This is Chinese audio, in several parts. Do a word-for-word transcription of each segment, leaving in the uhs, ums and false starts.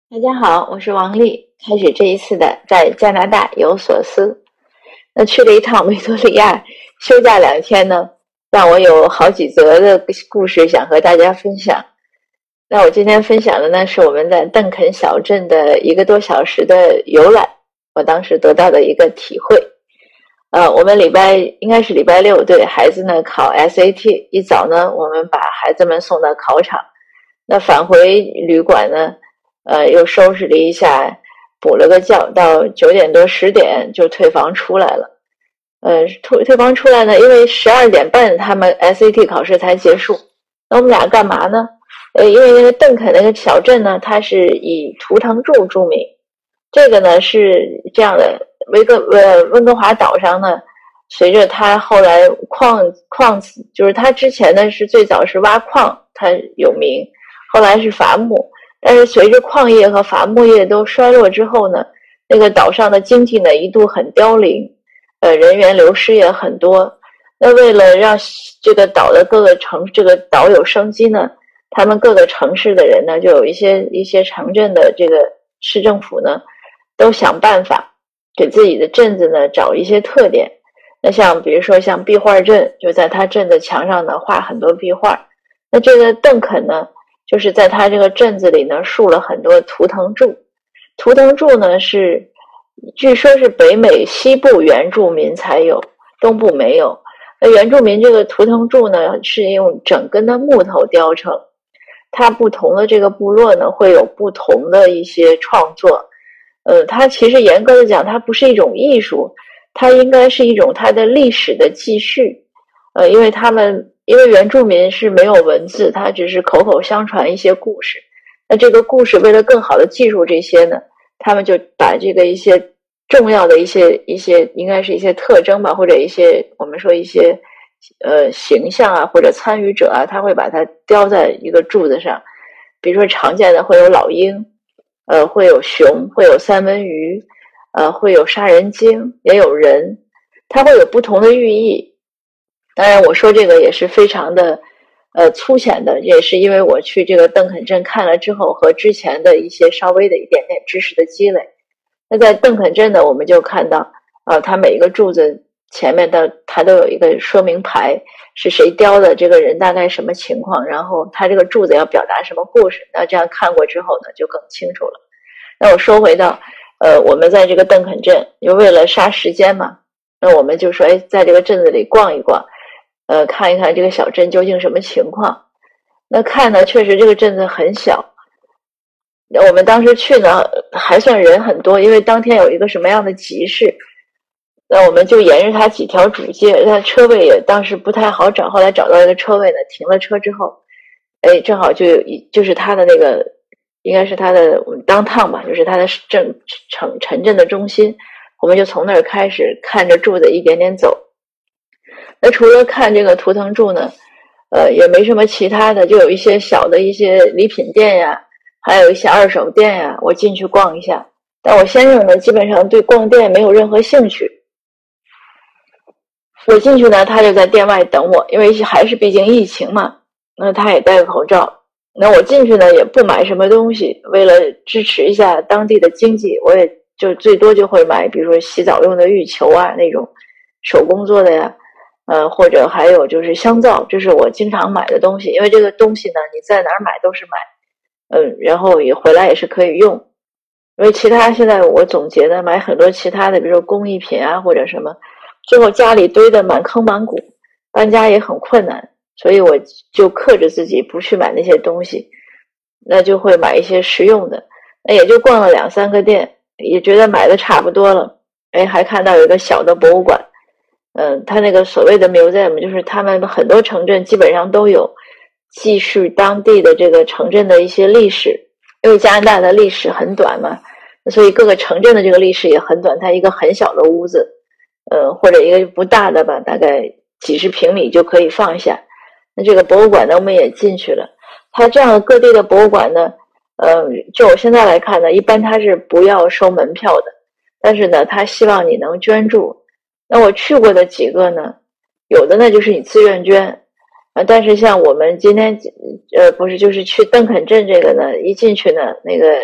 大家好，我是王丽。开始这一次的在加拿大有所思。那去了一趟维多利亚，休假两天呢，让我有好几则的故事想和大家分享。那我今天分享的呢，是我们在邓肯小镇的一个多小时的游览，我当时得到的一个体会。呃，我们礼拜应该是礼拜六，对孩子呢考 S A T， 一早呢，我们把孩子们送到考场。那返回旅馆呢，呃，又收拾了一下，补了个觉，到九点多十点就退房出来了。呃，退退房出来呢，因为十二点半他们 S A T 考试才结束。那我们俩干嘛呢？呃，因为那个邓肯那个小镇呢，它是以图腾柱著名。这个呢是这样的，维格呃温哥华岛上呢，随着它后来矿矿就是它之前呢是最早是挖矿，它有名，后来是伐木。但是随着矿业和伐木业都衰落之后呢，那个岛上的经济呢一度很凋零，呃，人员流失也很多。那为了让这个岛的各个城，这个岛有生机呢，他们各个城市的人呢，就有一些一些城镇的这个市政府呢，都想办法给自己的镇子呢找一些特点。那像比如说像壁画镇，就在他镇的墙上呢画很多壁画。那这个邓肯呢，就是在他这个镇子里呢竖了很多图腾柱。图腾柱呢是据说是北美西部原住民才有，东部没有。那原住民这个图腾柱呢是用整根的木头雕成，它不同的这个部落呢会有不同的一些创作。呃，它其实严格的讲，它不是一种艺术，它应该是一种它的历史的继续。呃，因为他们因为原住民是没有文字，它只是口口相传一些故事。那这个故事为了更好的记住这些呢，他们就把这个一些重要的一些一些应该是一些特征吧，或者一些我们说一些呃形象啊，或者参与者啊，他会把它雕在一个柱子上。比如说常见的会有老鹰，呃，会有熊，会有三文鱼，呃，会有杀人鲸，也有人，它会有不同的寓意。当然，我说这个也是非常的，呃，粗浅的，也是因为我去这个邓肯镇看了之后，和之前的一些稍微的一点点知识的积累。那在邓肯镇呢，我们就看到，啊、呃，它每一个柱子前面的它都有一个说明牌，是谁雕的，这个人大概什么情况，然后它这个柱子要表达什么故事。那这样看过之后呢，就更清楚了。那我说回到，呃，我们在这个邓肯镇，就为了杀时间嘛，那我们就说，哎，在这个镇子里逛一逛，呃，看一看这个小镇究竟什么情况。那看呢，确实这个镇子很小。我们当时去呢，还算人很多，因为当天有一个什么样的集市，那我们就沿着它几条主街，它车位也当时不太好找，后来找到一个车位呢，停了车之后，哎，正好就有一就是它的那个应该是它的 downtown 吧，就是它的镇城城镇的中心，我们就从那儿开始看着柱子一点点走。那除了看这个图腾柱呢，呃，也没什么其他的，就有一些小的一些礼品店呀，还有一些二手店呀，我进去逛一下。但我先生呢，基本上对逛店没有任何兴趣。我进去呢，他就在店外等我，因为还是毕竟疫情嘛，那他也戴个口罩。那我进去呢，也不买什么东西，为了支持一下当地的经济，我也就最多就会买，比如说洗澡用的浴球啊，那种手工做的呀。呃，或者还有就是香皂，这是我经常买的东西，因为这个东西呢，你在哪儿买都是买，嗯，然后也回来也是可以用。因为其他现在我总结的买很多其他的，比如说工艺品啊或者什么，最后家里堆的满坑满谷，搬家也很困难，所以我就克制自己不去买那些东西，那就会买一些实用的。那也就逛了两三个店，也觉得买的差不多了，哎，还看到有一个小的博物馆。嗯，他那个所谓的 museum 就是他们很多城镇基本上都有继续当地的这个城镇的一些历史，因为加拿大的历史很短嘛，所以各个城镇的这个历史也很短，它一个很小的屋子，呃，或者一个不大的吧，大概几十平米就可以放下。那这个博物馆呢，我们也进去了。它这样各地的博物馆呢，呃，就我现在来看呢，一般它是不要收门票的，但是呢，他希望你能捐助。那我去过的几个呢，有的呢就是你自愿捐，啊，但是像我们今天，呃，不是就是去邓肯镇这个呢，一进去呢，那个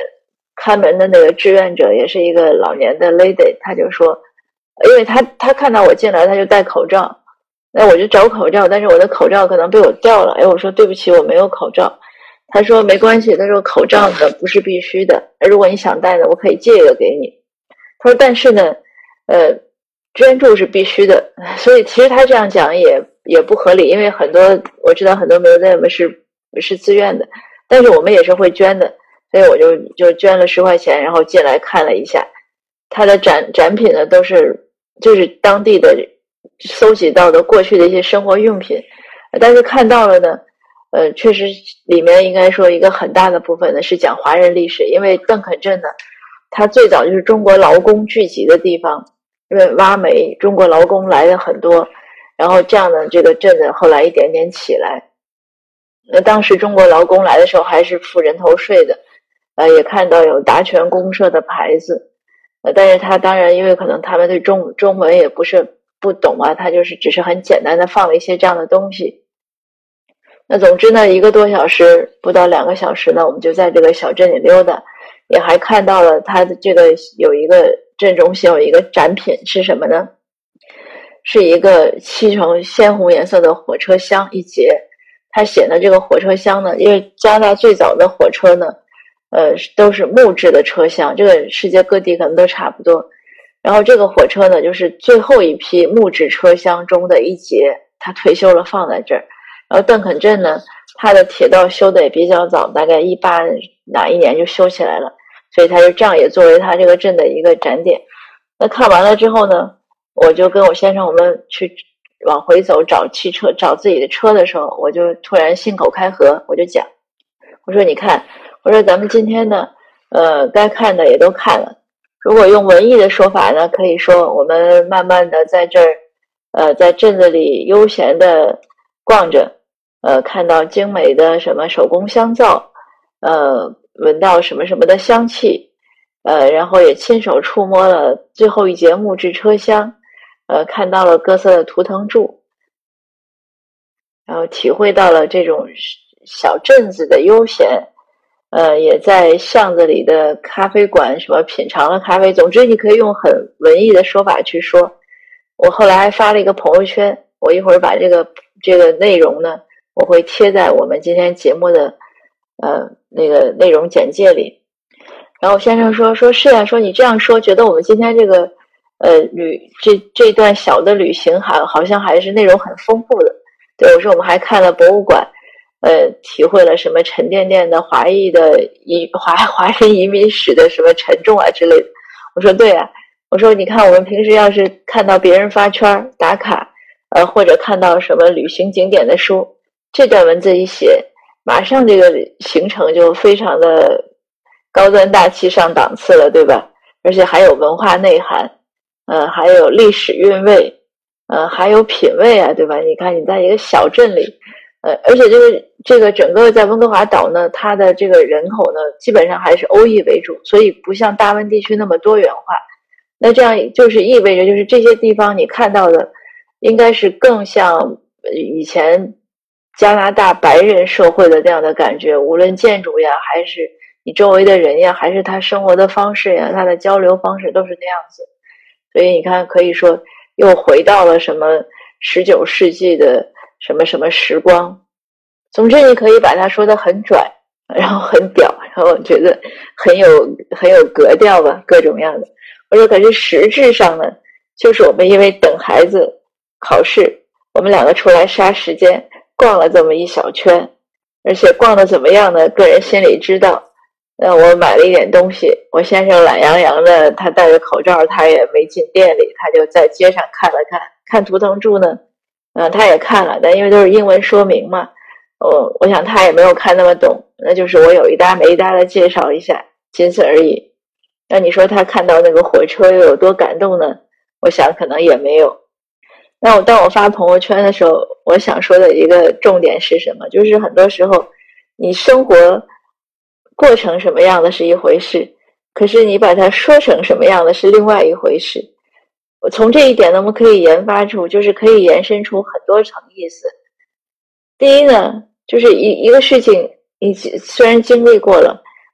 看门的那个志愿者也是一个老年的 lady， 他就说，因为他他看到我进来，他就戴口罩，那我就找口罩，但是我的口罩可能被我掉了，哎，我说对不起，我没有口罩。他说没关系，他说口罩呢不是必须的，如果你想戴呢，我可以借一个给你。他说但是呢，呃，捐助是必须的，所以其实他这样讲也也不合理，因为很多我知道很多 museum 是是自愿的，但是我们也是会捐的，所以我就就捐了十块钱，然后进来看了一下，他的展展品呢都是就是当地的搜集到的过去的一些生活用品，但是看到了呢。呃，确实，里面应该说一个很大的部分呢是讲华人历史，因为邓肯镇呢，它最早就是中国劳工聚集的地方，因为挖煤，中国劳工来了很多，然后这样呢，这个镇呢后来一点点起来。那当时中国劳工来的时候还是付人头税的，呃，也看到有达权公社的牌子，呃，但是他当然因为可能他们对中中文也不是不懂啊，他就是只是很简单的放了一些这样的东西。那总之呢，一个多小时不到两个小时呢，我们就在这个小镇里溜达，也还看到了它的这个有一个镇中心有一个展品是什么呢？是一个漆成鲜红颜色的火车厢一节。它写的这个火车厢呢，因为加拿大最早的火车呢，呃，都是木质的车厢，这个世界各地可能都差不多。然后这个火车呢，就是最后一批木质车厢中的一节，它退休了放在这儿。然后邓肯镇呢，它的铁道修的也比较早，大概一八哪一年就修起来了，所以它就这样也作为它这个镇的一个展点。那看完了之后呢，我就跟我先生我们去往回走找汽车找自己的车的时候，我就突然信口开河，我就讲，我说你看，我说咱们今天呢，呃，该看的也都看了。如果用文艺的说法呢，可以说我们慢慢的在这儿，呃，在镇子里悠闲的逛着。呃，看到精美的什么手工香皂，呃，闻到什么什么的香气，呃，然后也亲手触摸了最后一节木质车厢，呃，看到了各色的图腾柱，然后体会到了这种小镇子的悠闲，呃，也在巷子里的咖啡馆什么品尝了咖啡，总之你可以用很文艺的说法去说。我后来还发了一个朋友圈，我一会儿把这个这个内容呢。我会贴在我们今天节目的呃那个内容简介里。然后先生说说是啊，说你这样说，觉得我们今天这个呃旅这这段小的旅行还好像还是内容很丰富的。对，我说我们还看了博物馆，呃，体会了什么沉甸甸的华裔的移华华人移民史的什么沉重啊之类的。我说对啊，我说你看我们平时要是看到别人发圈打卡，呃，或者看到什么旅行景点的书。这段文字一写，马上这个行程就非常的高端大气上档次了，对吧？而且还有文化内涵，呃，还有历史韵味，呃，还有品味啊，对吧？你看你在一个小镇里，呃，而且这个这个整个在温哥华岛呢，它的这个人口呢，基本上还是欧裔为主，所以不像大温地区那么多元化。那这样就是意味着，就是这些地方你看到的，应该是更像以前。加拿大白人社会的这样的感觉，无论建筑呀，还是你周围的人呀，还是他生活的方式呀，他的交流方式都是那样子。所以你看，可以说又回到了什么十九世纪的什么什么时光。总之，你可以把它说得很拽，然后很屌，然后我觉得很有很有格调吧，各种样的。我说，可是实质上呢，就是我们因为等孩子考试，我们两个出来杀时间。逛了这么一小圈，而且逛得怎么样呢？个人心里知道。那我买了一点东西，我先生懒洋洋的，他戴着口罩，他也没进店里，他就在街上看了看，看图腾柱呢，嗯、呃，他也看了，但因为都是英文说明嘛，我我想他也没有看那么懂，那就是我有一搭没一搭的介绍一下，仅此而已。那你说他看到那个火车又有多感动呢？我想可能也没有。那我当我发朋友圈的时候，我想说的一个重点是什么？就是很多时候，你生活过成什么样的是一回事，可是你把它说成什么样的是另外一回事。我从这一点呢，我们可以研发出，就是可以延伸出很多层意思。第一呢，就是一一个事情，你虽然经历过了，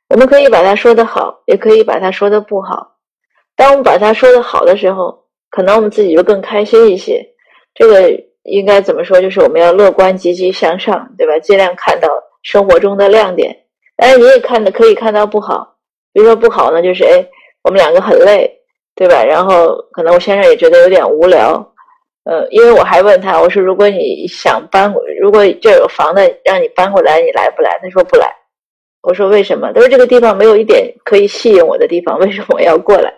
我们可以把它说得好，也可以把它说得不好。当我们把它说得好的时候，可能我们自己就更开心一些。这个应该怎么说，就是我们要乐观积极向上，对吧？尽量看到生活中的亮点。当然你也看的可以看到不好，比如说不好呢，就是哎，我们两个很累，对吧？然后可能我先生也觉得有点无聊，呃，因为我还问他，我说如果你想搬，如果这有房子让你搬过来，你来不来？他说不来。我说为什么？他说这个地方没有一点可以吸引我的地方，为什么我要过来？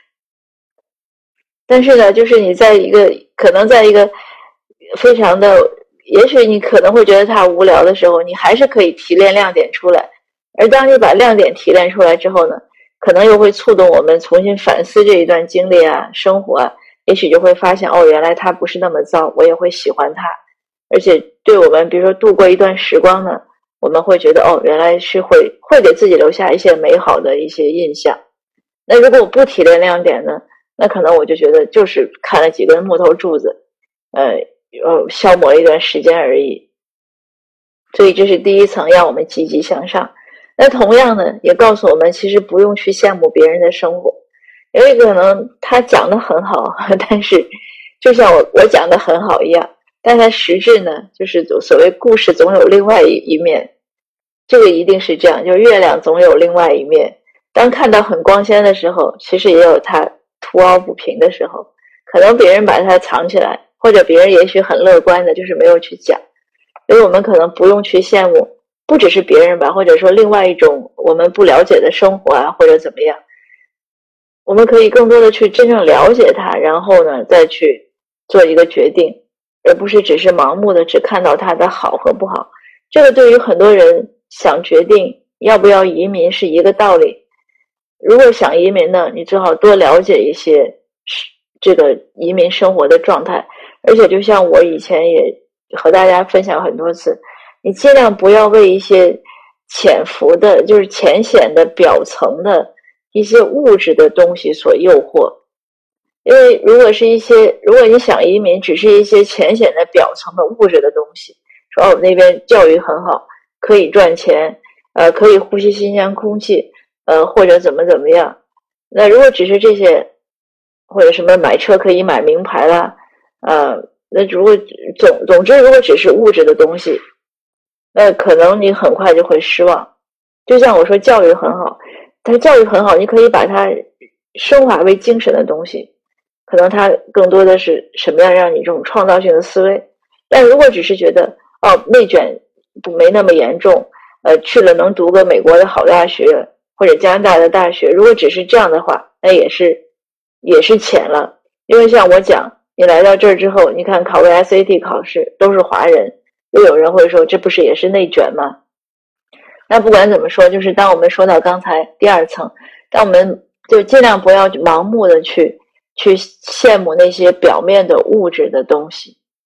但是呢，就是你在一个可能在一个非常的，也许你可能会觉得它无聊的时候，你还是可以提炼亮点出来。而当你把亮点提炼出来之后呢，可能又会触动我们重新反思这一段经历啊、生活啊，也许就会发现哦，原来它不是那么糟，我也会喜欢它。而且对我们比如说度过一段时光呢，我们会觉得哦，原来是会会给自己留下一些美好的一些印象。那如果我不提炼亮点呢，那可能我就觉得就是看了几根木头柱子，呃呃，消磨了一段时间而已。所以这是第一层，让我们积极向上。那同样呢，也告诉我们其实不用去羡慕别人的生活，因为可能他讲得很好，但是就像我我讲得很好一样，但他实质呢，就是所谓故事总有另外一面，这个一定是这样，就是月亮总有另外一面。当看到很光鲜的时候，其实也有它凸凹不平的时候，可能别人把它藏起来，或者别人也许很乐观的，就是没有去讲。所以我们可能不用去羡慕，不只是别人吧，或者说另外一种我们不了解的生活啊，或者怎么样，我们可以更多的去真正了解它，然后呢再去做一个决定，而不是只是盲目的只看到它的好和不好。这个对于很多人想决定要不要移民是一个道理。如果想移民呢，你最好多了解一些这个移民生活的状态。而且就像我以前也和大家分享很多次，你尽量不要为一些潜伏的，就是浅显的表层的一些物质的东西所诱惑。因为如果是一些，如果你想移民只是一些浅显的表层的物质的东西，说哦那边教育很好，可以赚钱，呃可以呼吸新鲜空气，呃或者怎么怎么样，那如果只是这些，或者什么买车可以买名牌啦，呃那如果总总之如果只是物质的东西，那可能你很快就会失望。就像我说教育很好，但教育很好，你可以把它升华为精神的东西，可能它更多的是什么样让你这种创造性的思维。但如果只是觉得哦内卷不没那么严重，呃去了能读个美国的好大学或者加拿大的大学，如果只是这样的话，那也是也是浅了。因为像我讲，你来到这儿之后，你看考个 S A T 考试都是华人，又有人会说这不是也是内卷吗？那不管怎么说，就是当我们说到刚才第二层，当我们就尽量不要盲目的去去羡慕那些表面的物质的东西，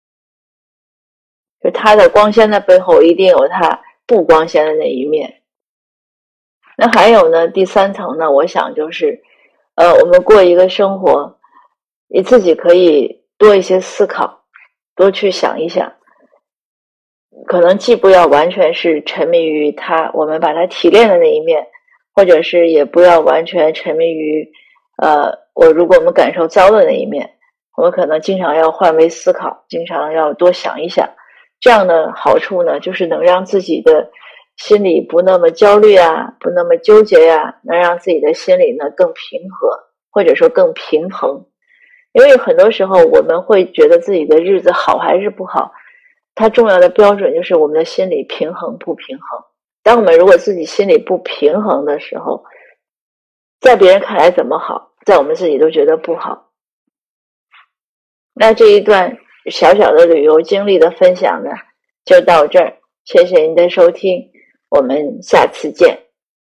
就它的光鲜的背后一定有它不光鲜的那一面。那还有呢，第三层呢，我想就是呃，我们过一个生活，你自己可以多一些思考，多去想一想，可能既不要完全是沉迷于它，我们把它提炼的那一面，或者是也不要完全沉迷于呃，我如果我们感受糟的那一面，我们可能经常要换位思考，经常要多想一想。这样的好处呢，就是能让自己的心里不那么焦虑啊，不那么纠结啊，能让自己的心里呢更平和，或者说更平衡。因为很多时候我们会觉得自己的日子好还是不好，它重要的标准就是我们的心理平衡不平衡。当我们如果自己心里不平衡的时候，在别人看来怎么好，在我们自己都觉得不好。那这一段小小的旅游经历的分享呢，就到这儿，谢谢您的收听，我们下次见。